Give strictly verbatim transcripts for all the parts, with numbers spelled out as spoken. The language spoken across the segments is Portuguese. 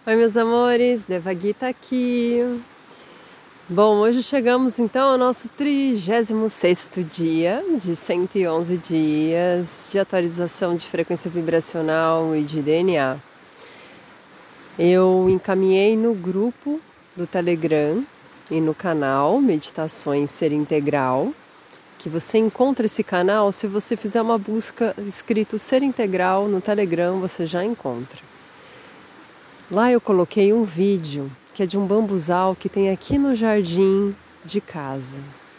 Oi, meus amores, Devagui tá aqui. Bom, hoje chegamos então ao nosso trigésimo sexto dia de cento e onze dias de atualização de frequência vibracional e de D N A. Eu encaminhei no grupo do Telegram e no canal Meditações Ser Integral, que você encontra esse canal se você fizer uma busca escrito Ser Integral no Telegram, você já encontra. Lá eu coloquei um vídeo que é de um bambuzal que tem aqui no jardim de casa.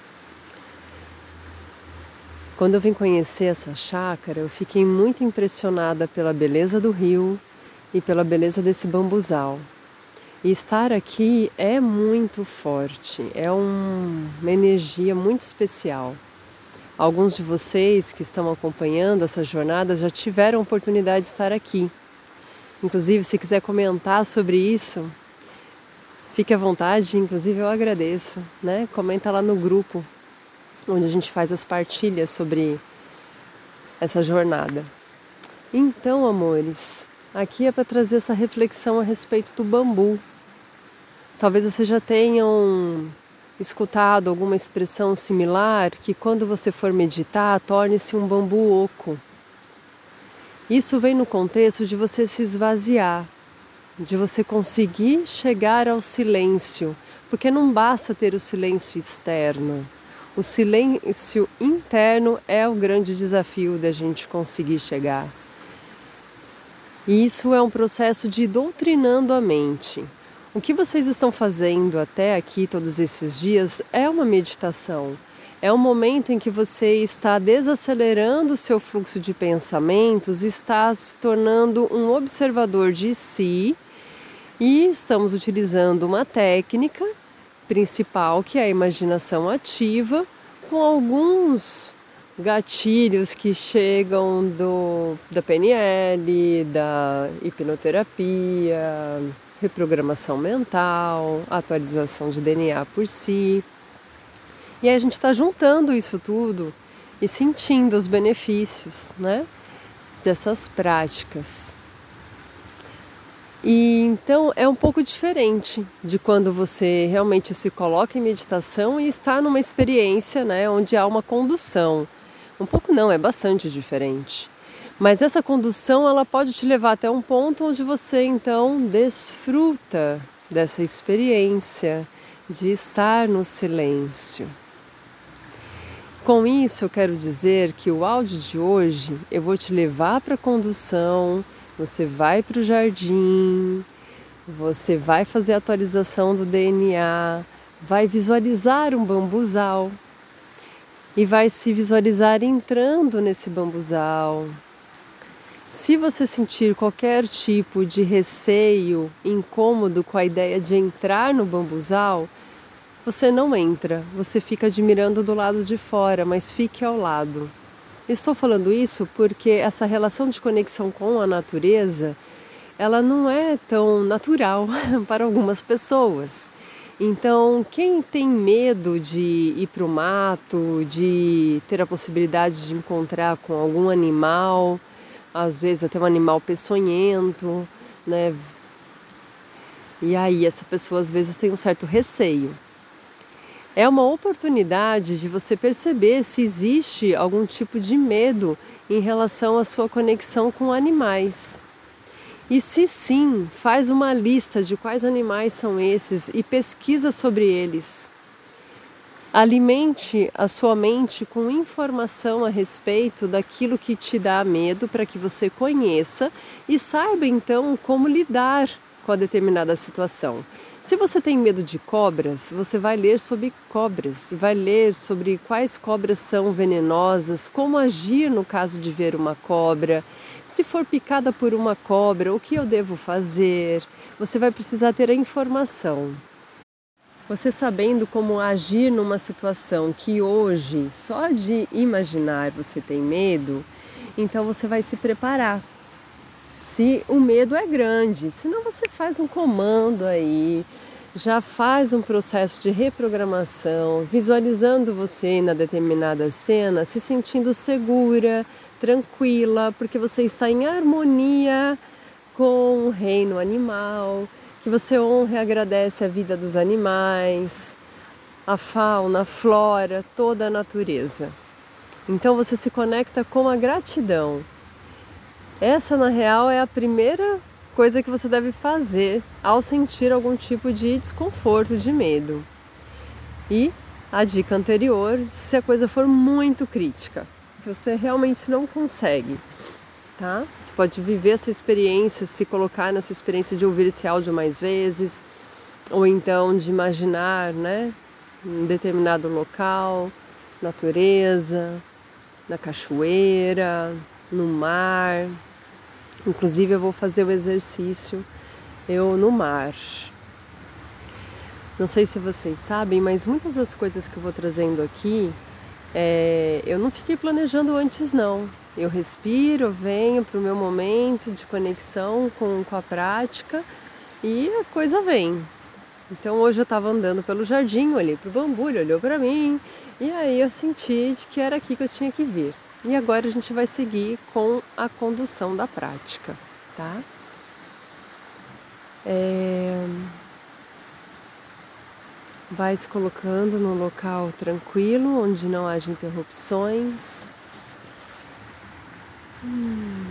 Quando eu vim conhecer essa chácara, eu fiquei muito impressionada pela beleza do rio e pela beleza desse bambuzal. E estar aqui é muito forte, é um, uma energia muito especial. Alguns de vocês que estão acompanhando essa jornada já tiveram a oportunidade de estar aqui. Inclusive, se quiser comentar sobre isso, fique à vontade, inclusive eu agradeço, né? Comenta lá no grupo, onde a gente faz as partilhas sobre essa jornada. Então, amores, aqui é para trazer essa reflexão a respeito do bambu. Talvez vocês já tenham escutado alguma expressão similar, que quando você for meditar, torne-se um bambu oco. Isso vem no contexto de você se esvaziar, de você conseguir chegar ao silêncio, porque não basta ter o silêncio externo. O silêncio interno é o grande desafio da gente conseguir chegar. E isso é um processo de ir doutrinando a mente. O que vocês estão fazendo até aqui todos esses dias é uma meditação. É um momento em que você está desacelerando o seu fluxo de pensamentos, está se tornando um observador de si e estamos utilizando uma técnica principal que é a imaginação ativa, com alguns gatilhos que chegam do, da P N L, da hipnoterapia, reprogramação mental, atualização de D N A por si. E aí a gente está juntando isso tudo e sentindo os benefícios, né, dessas práticas. E então é um pouco diferente de quando você realmente se coloca em meditação e está numa experiência, né, onde há uma condução. Um pouco não, é bastante diferente. Mas essa condução ela pode te levar até um ponto onde você então desfruta dessa experiência de estar no silêncio. Com isso eu quero dizer que o áudio de hoje eu vou te levar para a condução, você vai para o jardim, você vai fazer a atualização do D N A, vai visualizar um bambuzal e vai se visualizar entrando nesse bambuzal. Se você sentir qualquer tipo de receio, incômodo com a ideia de entrar no bambuzal, você não entra, você fica admirando do lado de fora, mas fique ao lado. Estou falando isso porque essa relação de conexão com a natureza, ela não é tão natural para algumas pessoas. Então, quem tem medo de ir para o mato, de ter a possibilidade de encontrar com algum animal, às vezes até um animal peçonhento, né? E aí essa pessoa às vezes tem um certo receio. É uma oportunidade de você perceber se existe algum tipo de medo em relação à sua conexão com animais. E se sim, faz uma lista de quais animais são esses e pesquisa sobre eles. Alimente a sua mente com informação a respeito daquilo que te dá medo para que você conheça e saiba então como lidar com a determinada situação. Se você tem medo de cobras, você vai ler sobre cobras, vai ler sobre quais cobras são venenosas, como agir no caso de ver uma cobra, se for picada por uma cobra, o que eu devo fazer. Você vai precisar ter a informação. Você sabendo como agir numa situação que hoje, só de imaginar você tem medo, então você vai se preparar. Se o medo é grande, senão você faz um comando aí, já faz um processo de reprogramação, visualizando você na determinada cena, se sentindo segura, tranquila, porque você está em harmonia com o reino animal, que você honra e agradece a vida dos animais, a fauna, a flora, toda a natureza. Então você se conecta com a gratidão. Essa, na real, é a primeira coisa que você deve fazer ao sentir algum tipo de desconforto, de medo. E a dica anterior, se a coisa for muito crítica, se você realmente não consegue, tá? Você pode viver essa experiência, se colocar nessa experiência de ouvir esse áudio mais vezes, ou então de imaginar, né, um determinado local, natureza, na cachoeira, no mar. Inclusive eu vou fazer o exercício eu no mar. Não sei se vocês sabem, mas muitas das coisas que eu vou trazendo aqui, é, eu não fiquei planejando antes não. Eu respiro, venho para o meu momento de conexão com, com a prática e a coisa vem. Então hoje eu estava andando pelo jardim, olhei para o bambu, ele olhou para mim e aí eu senti de que era aqui que eu tinha que vir. E agora a gente vai seguir com a condução da prática, tá? É... Vai se colocando num local tranquilo, onde não haja interrupções. Hum.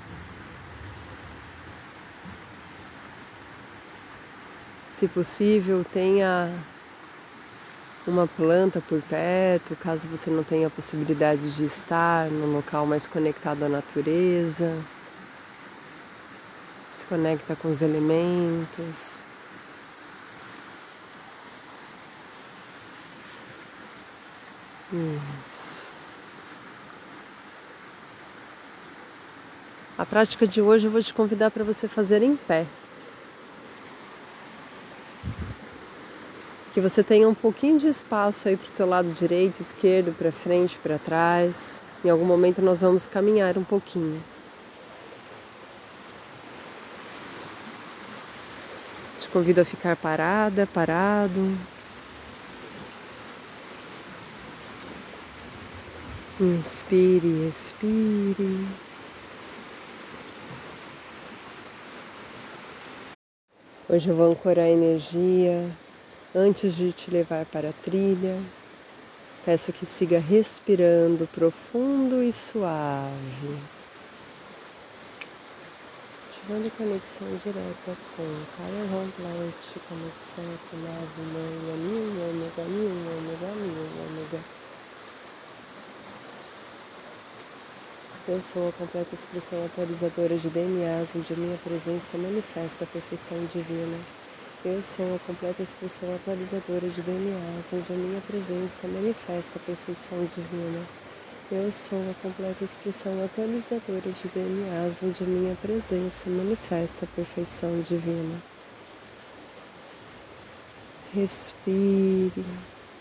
Se possível, tenha uma planta por perto, caso você não tenha a possibilidade de estar num local mais conectado à natureza. Se conecta com os elementos. Isso. A prática de hoje eu vou te convidar para você fazer em pé. Que você tenha um pouquinho de espaço aí para o seu lado direito, esquerdo, para frente, para trás. Em algum momento nós vamos caminhar um pouquinho. Te convido a ficar parada, parado. Inspire, expire. Hoje eu vou ancorar a energia antes de te levar para a trilha. Peço que siga respirando profundo e suave. Ativando conexão direta com cada complete, conexão com nave, mãe, mil, ômega, mil, ômega, mil, ômega. Eu sou a completa expressão atualizadora de D N As, onde a minha presença manifesta a perfeição divina. Eu sou a completa expressão atualizadora de D N As, onde a minha presença manifesta a perfeição divina. Eu sou a completa expressão atualizadora de D N As, onde a minha presença manifesta a perfeição divina. Respire.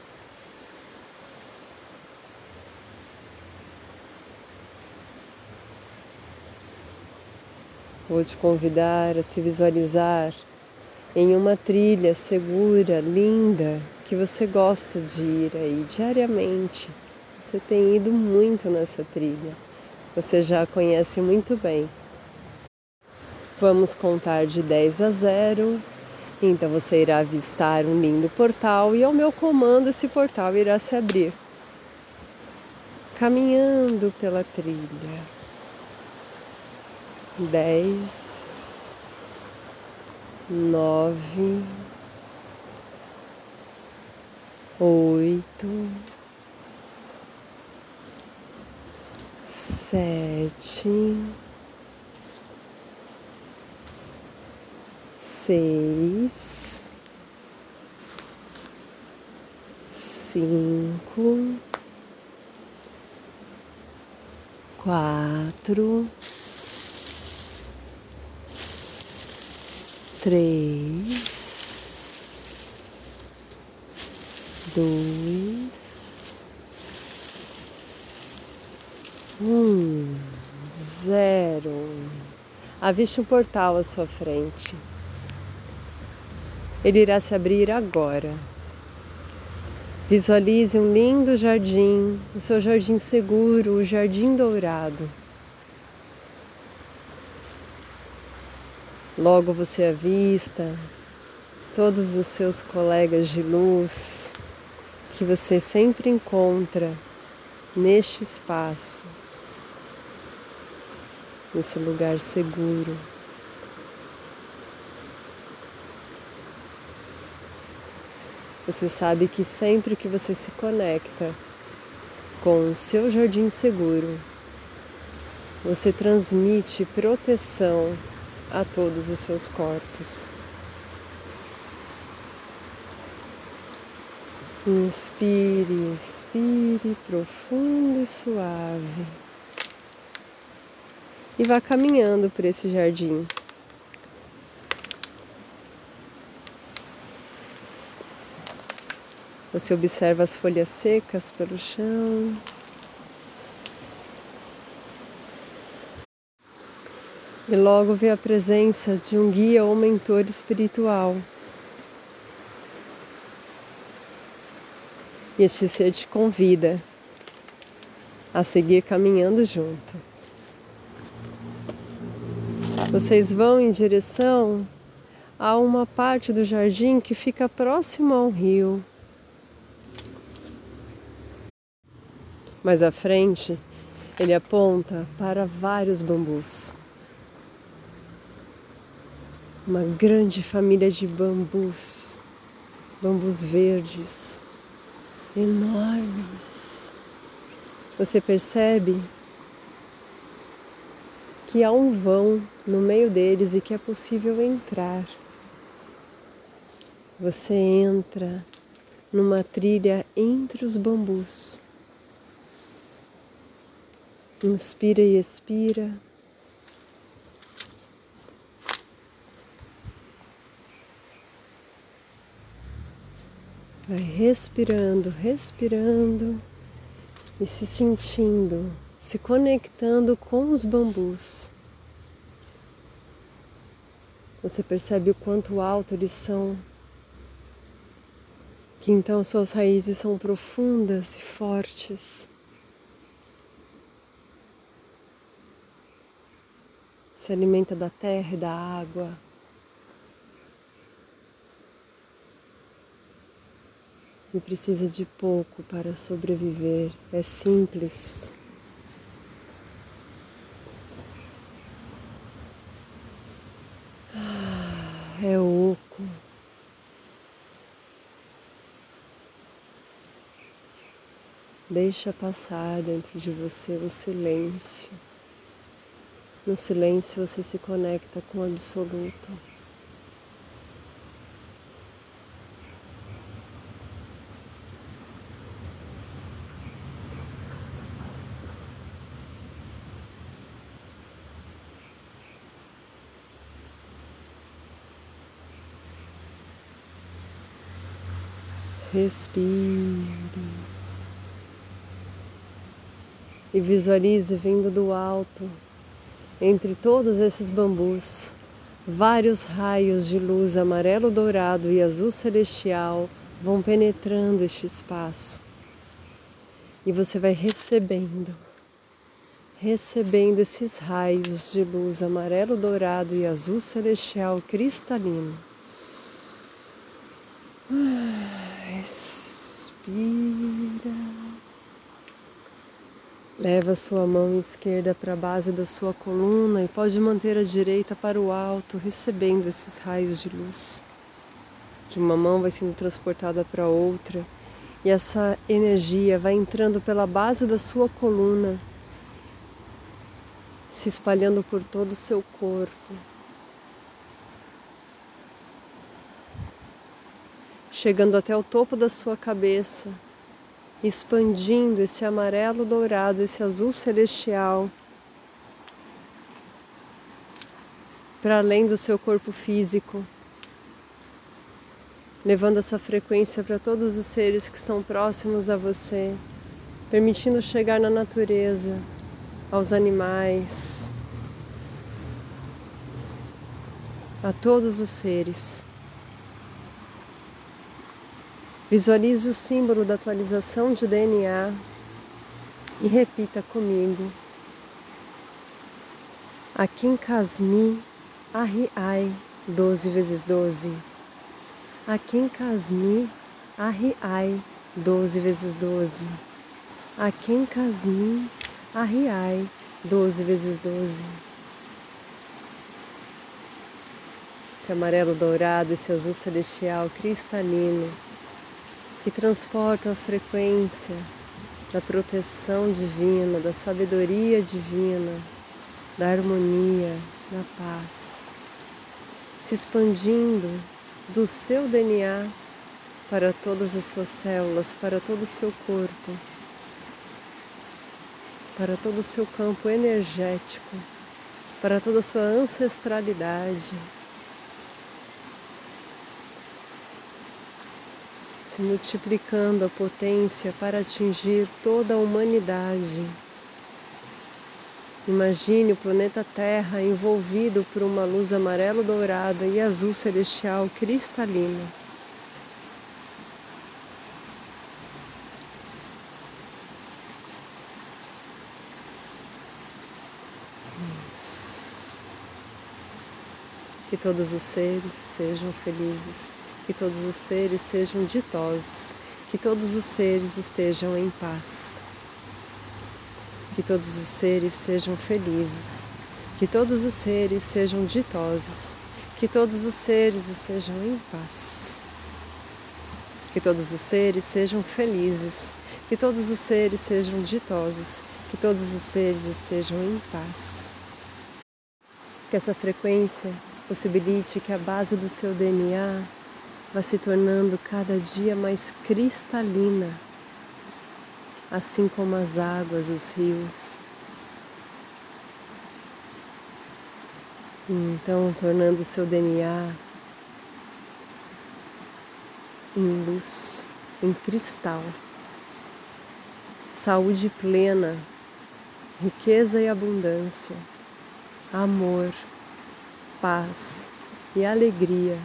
Vou te convidar a se visualizar em uma trilha segura, linda, que você gosta de ir aí diariamente. Você tem ido muito nessa trilha. Você já a conhece muito bem. Vamos contar de dez a zero. Então você irá avistar um lindo portal e ao meu comando esse portal irá se abrir. Caminhando pela trilha. Dez, nove, oito, sete, seis, cinco, quatro, três, dois, um, zero. Aviste um portal à sua frente. Ele irá se abrir agora. Visualize um lindo jardim, o seu jardim seguro, o jardim dourado. Logo você avista todos os seus colegas de luz que você sempre encontra neste espaço, nesse lugar seguro. Você sabe que sempre que você se conecta com o seu jardim seguro, você transmite proteção a todos os seus corpos. Inspire, expire profundo e suave. E vá caminhando por esse jardim. Você observa as folhas secas pelo chão. E logo vê a presença de um guia ou mentor espiritual. E este ser te convida a seguir caminhando junto. Vocês vão em direção a uma parte do jardim que fica próximo ao rio. Mais à frente, ele aponta para vários bambus. Uma grande família de bambus, bambus verdes, enormes. Você percebe que há um vão no meio deles e que é possível entrar. Você entra numa trilha entre os bambus. Inspira e expira. Vai respirando, respirando e se sentindo, se conectando com os bambus. Você percebe o quanto alto eles são, que então suas raízes são profundas e fortes. Se alimenta da terra e da água. E precisa de pouco para sobreviver. É simples. É oco. Deixa passar dentro de você o silêncio. No silêncio você se conecta com o absoluto. Respire. E visualize vindo do alto, entre todos esses bambus, vários raios de luz amarelo, dourado e azul celestial vão penetrando este espaço. E você vai recebendo, recebendo esses raios de luz amarelo, dourado e azul celestial cristalino. Respira. Leva a sua mão esquerda para a base da sua coluna e pode manter a direita para o alto, recebendo esses raios de luz. De uma mão vai sendo transportada para a outra e essa energia vai entrando pela base da sua coluna, se espalhando por todo o seu corpo. Chegando até o topo da sua cabeça, expandindo esse amarelo dourado, esse azul celestial, para além do seu corpo físico, levando essa frequência para todos os seres que estão próximos a você, permitindo chegar na natureza, aos animais, a todos os seres. Visualize o símbolo da atualização de D N A e repita comigo. Akin Kasmi Arri-ai, doze vezes doze. Akin Kasmi, Arri-ai, doze vezes doze. Akin Kasmi, Arri-ai, doze vezes doze. Esse amarelo dourado, esse azul celestial cristalino, que transportam a frequência da proteção divina, da sabedoria divina, da harmonia, da paz, se expandindo do seu D N A para todas as suas células, para todo o seu corpo, para todo o seu campo energético, para toda a sua ancestralidade, se multiplicando a potência para atingir toda a humanidade. Imagine o planeta Terra envolvido por uma luz amarelo-dourada e azul celestial cristalina. Que todos os seres sejam felizes, que todos os seres sejam ditosos, que todos os seres estejam em paz. Que todos os seres sejam felizes, que todos os seres sejam ditosos, que todos os seres estejam em paz. Que todos os seres sejam felizes, que todos os seres sejam ditosos, que todos os seres estejam em paz. Que essa frequência possibilite que a base do seu D N A vá se tornando cada dia mais cristalina, assim como as águas, os rios. Então, tornando o seu D N A em luz, em cristal, saúde plena, riqueza e abundância, amor, paz e alegria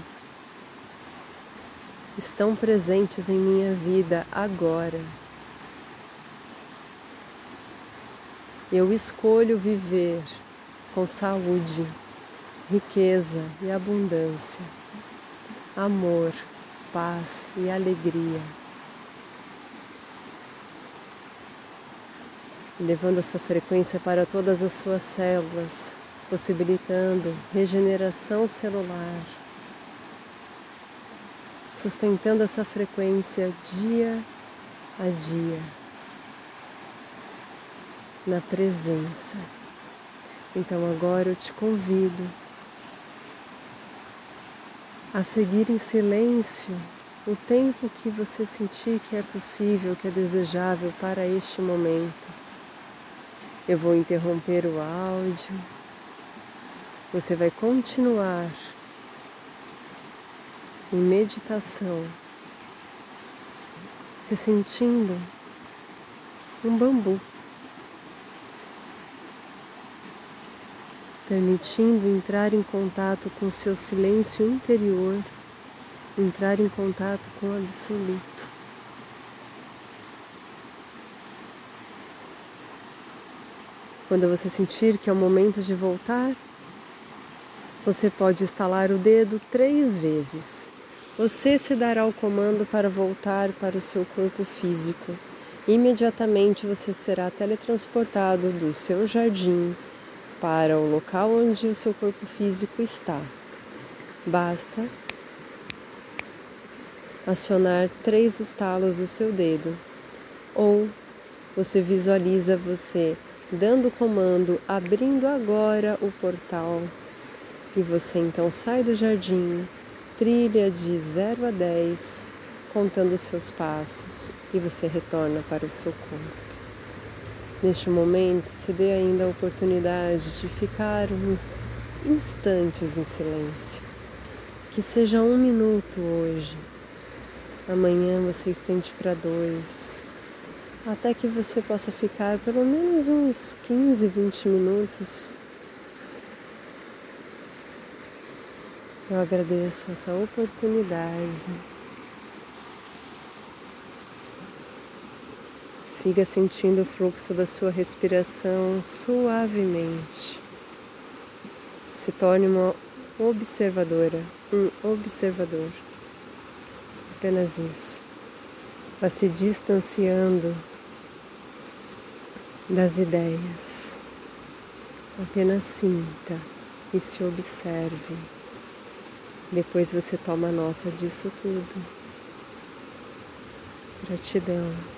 estão presentes em minha vida agora. Eu escolho viver com saúde, riqueza e abundância, amor, paz e alegria. Levando essa frequência para todas as suas células, possibilitando regeneração celular, sustentando essa frequência dia a dia, na presença. Então agora eu te convido a seguir em silêncio o tempo que você sentir que é possível, que é desejável para este momento. Eu vou interromper o áudio. Você vai continuar em meditação, se sentindo um bambu, permitindo entrar em contato com o seu silêncio interior, entrar em contato com o absoluto. Quando você sentir que é o momento de voltar, você pode estalar o dedo três vezes. Você se dará o comando para voltar para o seu corpo físico. Imediatamente você será teletransportado do seu jardim para o local onde o seu corpo físico está. Basta acionar três estalos do seu dedo, ou você visualiza você dando o comando, abrindo agora o portal, e você então sai do jardim, trilha de zero a dez, contando os seus passos, e você retorna para o seu corpo. Neste momento, se dê ainda a oportunidade de ficar uns instantes em silêncio. Que seja um minuto hoje. Amanhã você estende para dois. Até que você possa ficar pelo menos uns quinze, vinte minutos. Eu agradeço essa oportunidade. Siga sentindo o fluxo da sua respiração suavemente. Se torne uma observadora, um observador. Apenas isso. Vá se distanciando das ideias. Apenas sinta e se observe. Depois você toma nota disso tudo. Gratidão.